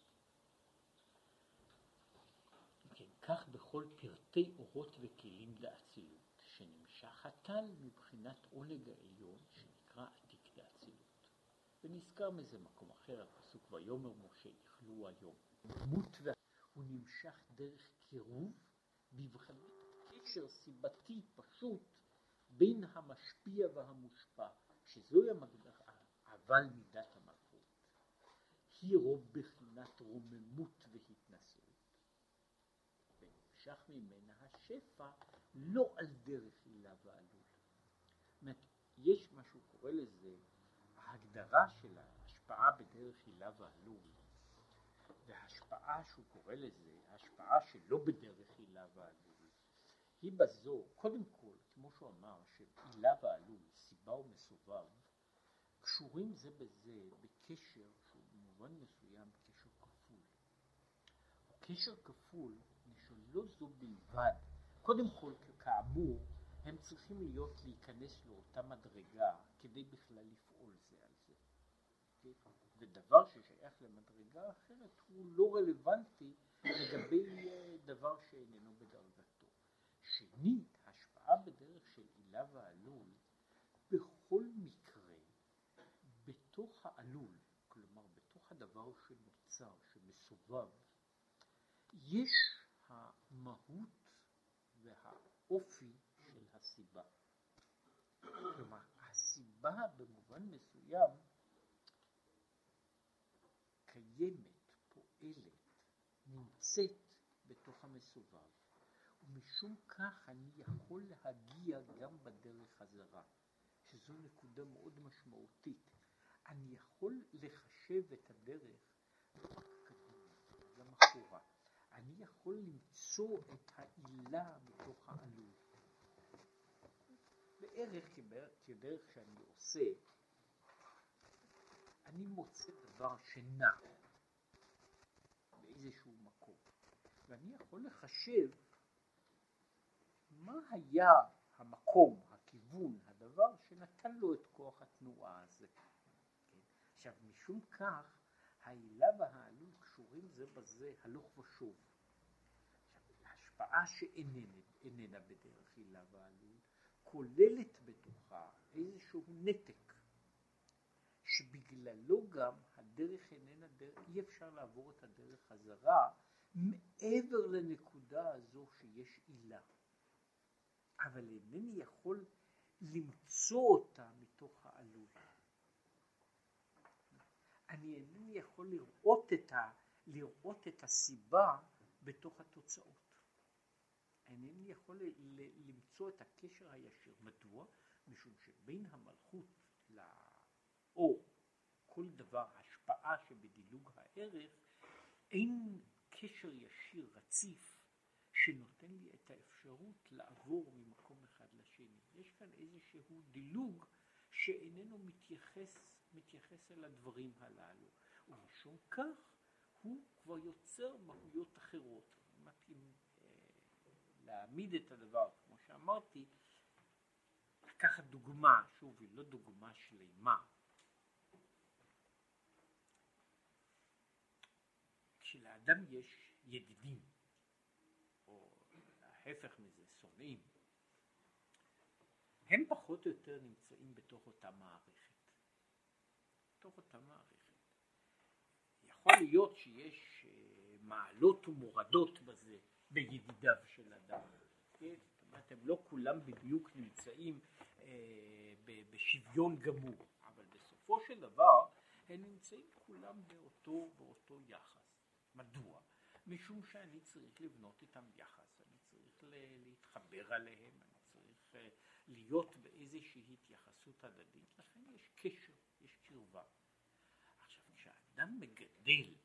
כן, כך בכל פרטי אורות וכלים דאצילות, שנמשך הטל מבחינת עונג העליון שנקרא עתיק דאצילות. ונזכר מזה מקום אחר, הפסוק ויאמר משה יכלו היום. הוא נמשך דרך קירוב בבחינת קשר סיבתי פשוט בין המשפיע והמושפע, שזוהי אבל מידת המלכות. היא בחינת רוממות והתנסות, ונמשך ממנה השפע לא על דרך הילה ועלול. זאת אומרת, יש מה שהוא קורא לזה ההגדרה של ההשפעה בדרך הילה ועלול, וההשפעה שהוא קורא לזה ההשפעה שלא בדרך הילה ועלול, היא בזו, קודם כל, כמו שהוא אמר, שהילה ועלול, סיבה ומסובב, קשורים זה בזה בקשר שהוא במובן מסוים קשר כפול. קשר כפול, לא זו בלבד. קודם כל, כאמור, הם צריכים להיכנס לאותה מדרגה כדי בכלל לפעול זה על זה. ודבר ששייך למדרגה אחרת הוא לא רלוונטי לגבי דבר שאיננו בדרגתו. שנית, השפעה בדרך של עילה ועלול, בכל מקרה, בתוך העלול, כלומר בתוך הדבר שנוצר, שמסובב, יש המהות והאופי של הסיבה. כלומר, הסיבה במובן מסוים קיימת, פועלת, נמצאת בתוך המסובב. ומשום כך אני יכול להגיע גם בדרך הזרה, שזו נקודה מאוד משמעותית. אני יכול לחשב את הדרך גם אחורה. אני יכול למצוא את העילה מתוך העלול. בערך כדרך שאני עושה, אני מוצא דבר שנע באיזשהו מקום, ואני יכול לחשב מה היה המקום, הכיוון, הדבר שנתן לו את כוח התנועה הזה. עכשיו, משום כך, העילה והעלול קשורים זה בזה הלוך ושוב. עכשיו, ההשפעה שאיננה בדרך עילה והעלול, כוללת בתוכה איזשהו נתק, שבגללו גם הדרך איננה דרך, אי אפשר לעבור את הדרך הזרה, מעבר לנקודה הזו שיש עילה. אבל אינני יכול למצוא אותה מתוך העלול. אני אינני יכול לראות את הסיבה בתוך התוצאות. אינני יכול למצוא את הקשר הישיר. מדוע? משום שבין המלכות לאור, כל דבר, השפעה שבדילוג הערך, אין קשר ישיר רציף שנותן לי את האפשרות לעבור ממקום אחד לשני. יש כאן איזשהו דילוג שאיננו מתייחס אל הדברים הללו, ומשום כך הוא כבר יוצר מהויות אחרות. מתאים להעמיד את הדבר, כמו שאמרתי, לקחת דוגמה, שוב, היא לא דוגמה שלמה. כשלאדם יש ידידים, או ההפך מזה, שונאים, הם פחות או יותר נמצאים בתוך אותה מערכת. בתוך אותה מערכת. יכול להיות שיש מעלות ומורדות בזה, בידידיו של אדם. כן? זאת אומרת, הם לא כולם בדיוק נמצאים בשוויון גמור, אבל בסופו של דבר הם נמצאים כולם באותו יחס. מדוע? משום שאני צריך לבנות איתם יחס, אני צריך להתחבר עליהם, אני צריך להיות באיזושהי התייחסות הדדית, לכן יש קשר, יש קרבה. עכשיו, כשאדם מגדל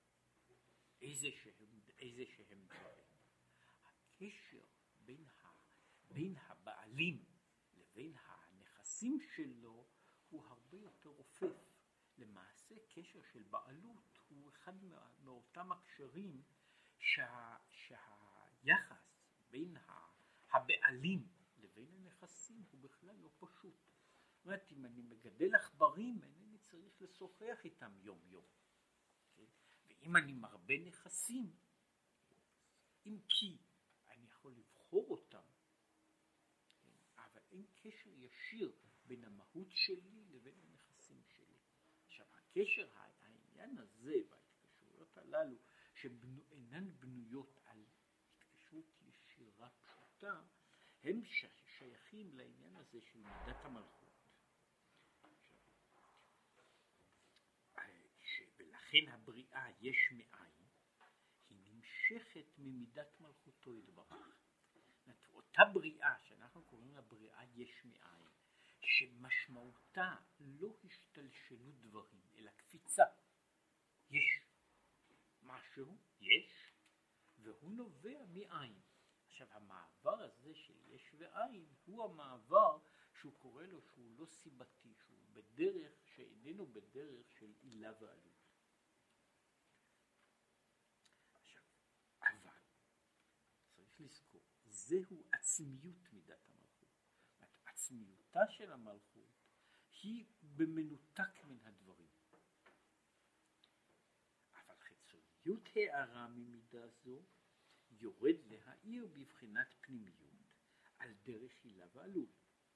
איזשהם דברים, הקשר בין הבעלים לבין הנכסים שלו הוא הרבה יותר רופף. למעשה קשר של בעלות הוא אחד מאותם הקשרים שהיחס בין הבעלים לבין הנכסים הוא בכלל לא פשוט. זאת אומרת, אם אני מגדל עכברים, אינני צריך לשוחח איתם יום יום. כן? ואם אני מרבה נכסים, אם כי אני יכול לבחור אותם, כן? אבל אין קשר ישיר בין המהות שלי לבין הנכסים שלי. עכשיו, הקשר, העניין הזה וההתקשרויות הללו, שאינן בנויות על התקשרות ישירה פשוטה, הם שייכים לעניין הזה של מידת המלכות. ולכן הבריאה יש מאין, היא נמשכת ממידת מלכותו יתברך. אותה בריאה שאנחנו קוראים לה בריאה יש מאין, שמשמעותה לא השתלשלות דברים, אלא קפיצה. יש משהו, יש, והוא נובע מאין. עכשיו, המעבר הזה של יש ואין הוא המעבר שהוא קורא לו שהוא לא סיבתי, שהוא בדרך שאיננו בדרך של עילה ועלות. עכשיו, צריך לזכור, זהו עצמיות מידת המלכות. עצמיותה של המלכות היא במנותק מן הדברים. אבל חיצוניות הערה ממידה זו יורד להאיר בבחינת פנימיות על דרך הילה ועלול.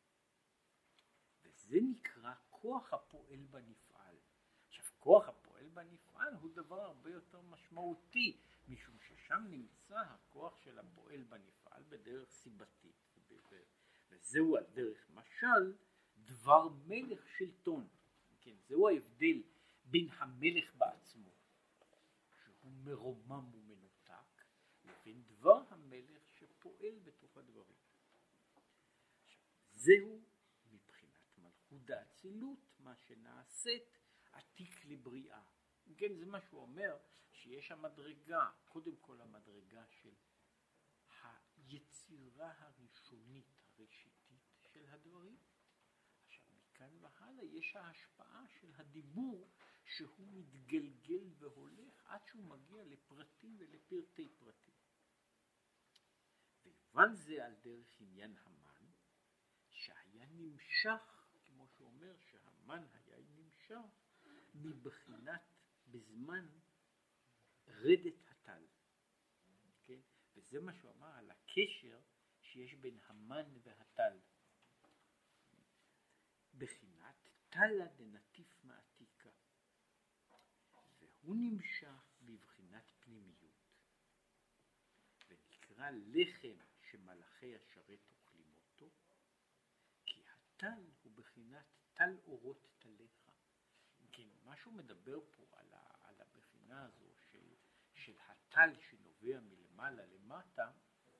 וזה נקרא כוח הפועל בנפעל. עכשיו, כוח הפועל בנפעל הוא דבר הרבה יותר משמעותי, משום ששם נמצא הכוח של הפועל בנפעל בדרך סיבתית. וזהו על דרך משל דבר מלך שלטון. כן, זהו ההבדל בין המלך בעצמו, שהוא מרומם ומנותק, לבין דבר המלך שפועל בתוך הדברים. זהו מבחינת מלכות דאצילות מה שנעשית עתיק לבריאה. כן, זה מה שהוא אומר, שיש המדרגה, קודם כל המדרגה של היצירה הראשונית, הראשיתית של הדברים. עכשיו, מכאן והלאה יש ההשפעה של הדיבור שהוא מתגלגל והולך עד שהוא מגיע לפרטים ולפרטי פרטים. ויובן זה על דרך עניין המן, שהיה נמשך, כמו שאומר שהמן היה נמשך, מבחינת בזמן רדת הטל. כן? וזה מה שהוא אמר על הקשר שיש בין המן והטל. בחינת טלה דנטיף מעתיקה. והוא נמשך בבחינת פנימיות. ונקרא לחם שמלאכי השרת אוכלים אותו, כי הטל הוא בחינת טל אורות טליך. כן, משהו מדבר פה על הבחינה הזו של הטל שנובע מלמעלה למטה,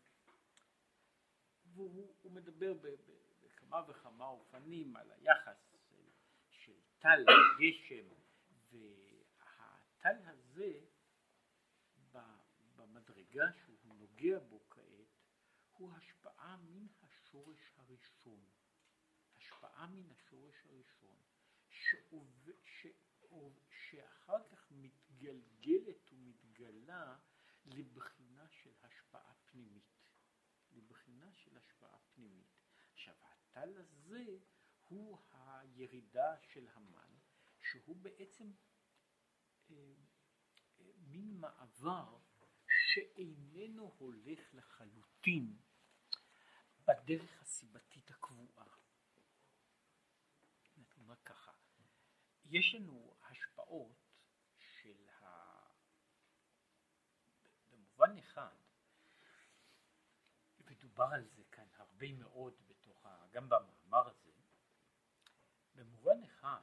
והוא מדבר בכמה וכמה אופנים על היחס של טל לגשם, והטל הזה במדרגה שהוא נוגע בו כעת הוא השפעה מן השורש הראשון, השפעה מן השורש הראשון שאחר כך מתגלגלת ומתגלה לבחינה של השפעה פנימית, לבחינה של השפעה פנימית. עכשיו, הטל הזה הוא הירידה של המן, שהוא בעצם מין מעבר שאיננו הולך לחלוטין בדרך הסיבתית הקבועה. נאמר ככה, יש לנו השפעות של במובן אחד, ודובר על זה כאן הרבה מאוד גם במאמר הזה, במובן אחד,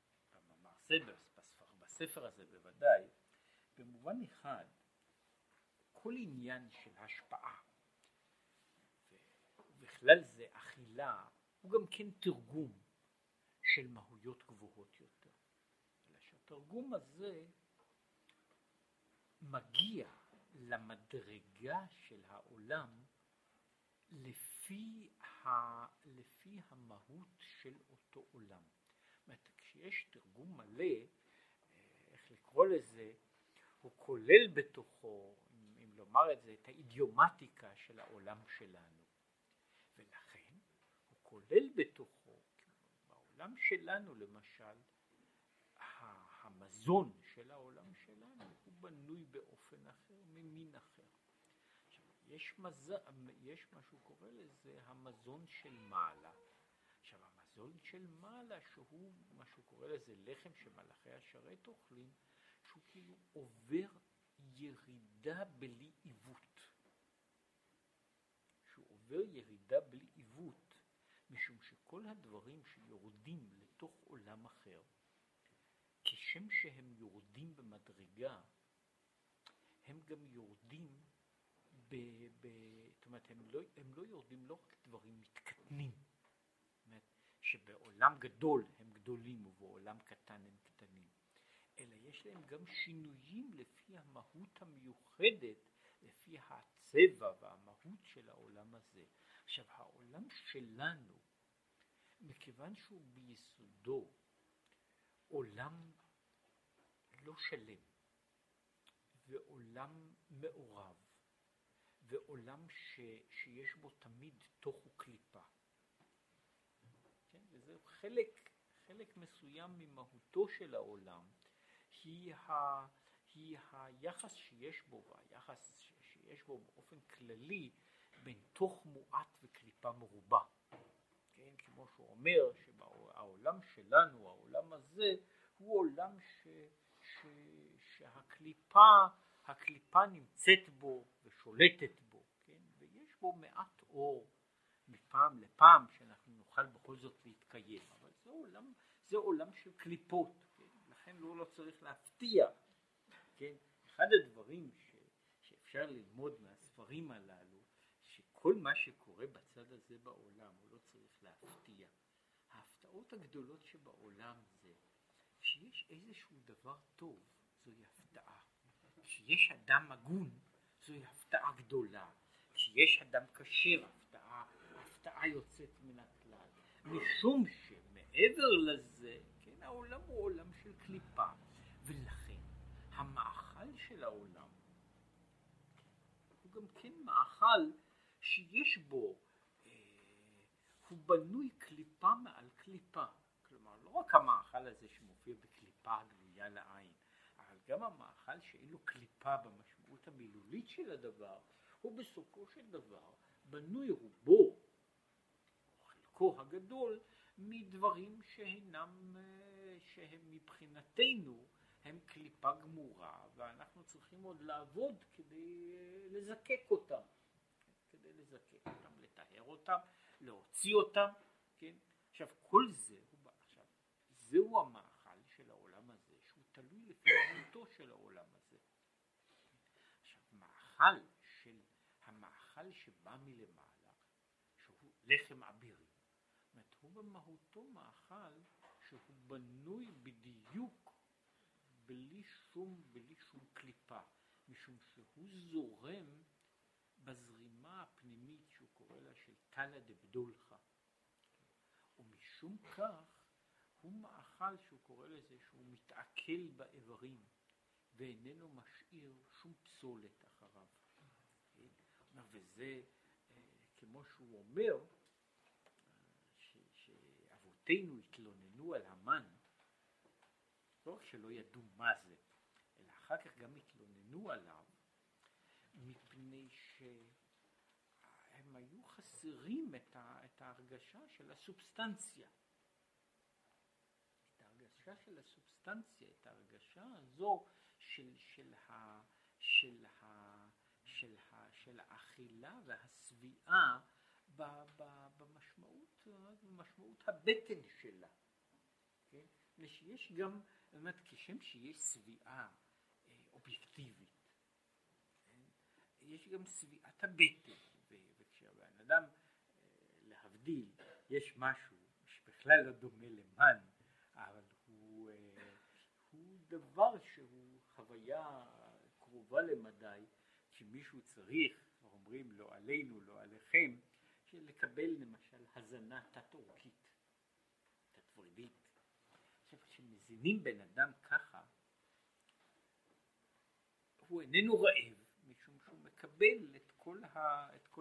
בספר הזה בוודאי, במובן אחד, כל עניין של השפעה, ובכלל זה אכילה, הוא גם כן תרגום של מהויות גבוהות יותר. אלא שהתרגום הזה מגיע למדרגה של העולם לפי המהות של אותו עולם. זאת אומרת, כשיש תרגום מלא, איך לקרוא לזה, הוא כולל בתוכו, אם לומר את זה, את האידיומטיקה של העולם שלנו. ולכן הוא כולל בתוכו, בעולם שלנו למשל, המזון של העולם שלנו הוא בנוי באופן אחר, ממין אחר. יש מה שהוא קורא לזה המזון של מעלה. עכשיו, המזון של מעלה, שהוא מה שהוא קורא לזה לחם שמלאכי השרת אוכלים, שהוא כאילו עובר ירידה בלי עיוות. שהוא עובר ירידה בלי עיוות, משום שכל הדברים שיורדים לתוך עולם אחר, כשם שהם יורדים במדרגה, הם גם יורדים זאת אומרת, הם לא יורדים לא רק דברים מתקטנים, זאת אומרת, שבעולם גדול הם גדולים ובעולם קטן הם קטנים, אלא יש להם גם שינויים לפי המהות המיוחדת, לפי הצבע והמהות של העולם הזה. עכשיו, העולם שלנו, מכיוון שהוא ביסודו עולם לא שלם ועולם מעורב, ועולם שיש בו תמיד תוך וקליפה. כן? וזה חלק מסוים ממהותו של העולם, היא היחס שיש בו, והיחס שיש בו באופן כללי בין תוך מועט וקליפה מרובה. כן? כמו שהוא אומר שהעולם שלנו, העולם הזה, הוא עולם שהקליפה נמצאת בו ושולטת בו, כן? ויש בו מעט אור מפעם לפעם שאנחנו נוכל בכל זאת להתקיים, אבל זה עולם של קליפות, כן? לכן לא צריך להפתיע, כן? אחד הדברים שאפשר ללמוד מהספרים הללו, שכל מה שקורה בצד הזה בעולם הוא לא צריך להפתיע. ההפתעות הגדולות שבעולם זה שיש איזשהו דבר טוב, זוהי הפתעה. כשיש אדם הגון, זוהי הפתעה גדולה. כשיש אדם כשר, הפתעה יוצאת מן הכלל. משום שמעבר לזה, כן, העולם הוא עולם של קליפה, ולכן המאכל של העולם הוא גם כן מאכל שיש בו, הוא בנוי קליפה מעל קליפה. כלומר, לא רק המאכל הזה שמופיע בקליפה גלויה לעין, אבל גם המאכל שאין לו קליפה במשמעות המילולית של הדבר, הוא בסופו של דבר בנוי רובו, חלקו הגדול, מדברים שהם מבחינתנו הם קליפה גמורה, ואנחנו צריכים עוד לעבוד כדי לזקק אותם, לטהר אותם, להוציא אותם, כן? עכשיו כל זה, זהו המאכל של העולם הזה, שהוא תלוי לפי מהותו של העולם הזה. עכשיו המאכל שבא מלמעלה, שהוא לחם אבירי, הוא במהותו מאכל שהוא בנוי בדיוק בלי שום קליפה, משום שהוא זורם בזרימה הפנימית שהוא קורא לה של תלה דבדולחה, ומשום כך הוא מאכל שהוא קורא לזה שהוא מתעכל באיברים ואיננו משאיר שום פסולת אחריו. וזה כמו שהוא אומר שאבותינו התלוננו על המן, לא רק שלא ידעו מה זה, אלא אחר כך גם התלוננו עליו מפני שהם היו חסרים את ההרגשה של הסובסטנציה. את ההרגשה הזו של האכילה והשביעה במשמעות הבטן שלה. כן? יש גם, באמת, כשם שיש שביעה אובייקטיבית, יש גם שביעת הבטן, וכשהבן אדם, להבדיל, יש משהו שבכלל לא דומה למן, אבל הוא דבר שהוא חוויה קרובה למדי, שמישהו צריך, אומרים לא עלינו, לא עליכם, לקבל למשל הזנה תת-עורקית, תת-ורידית. עכשיו, כשמזינים בן אדם ככה, הוא איננו רעב, משום שהוא מקבל את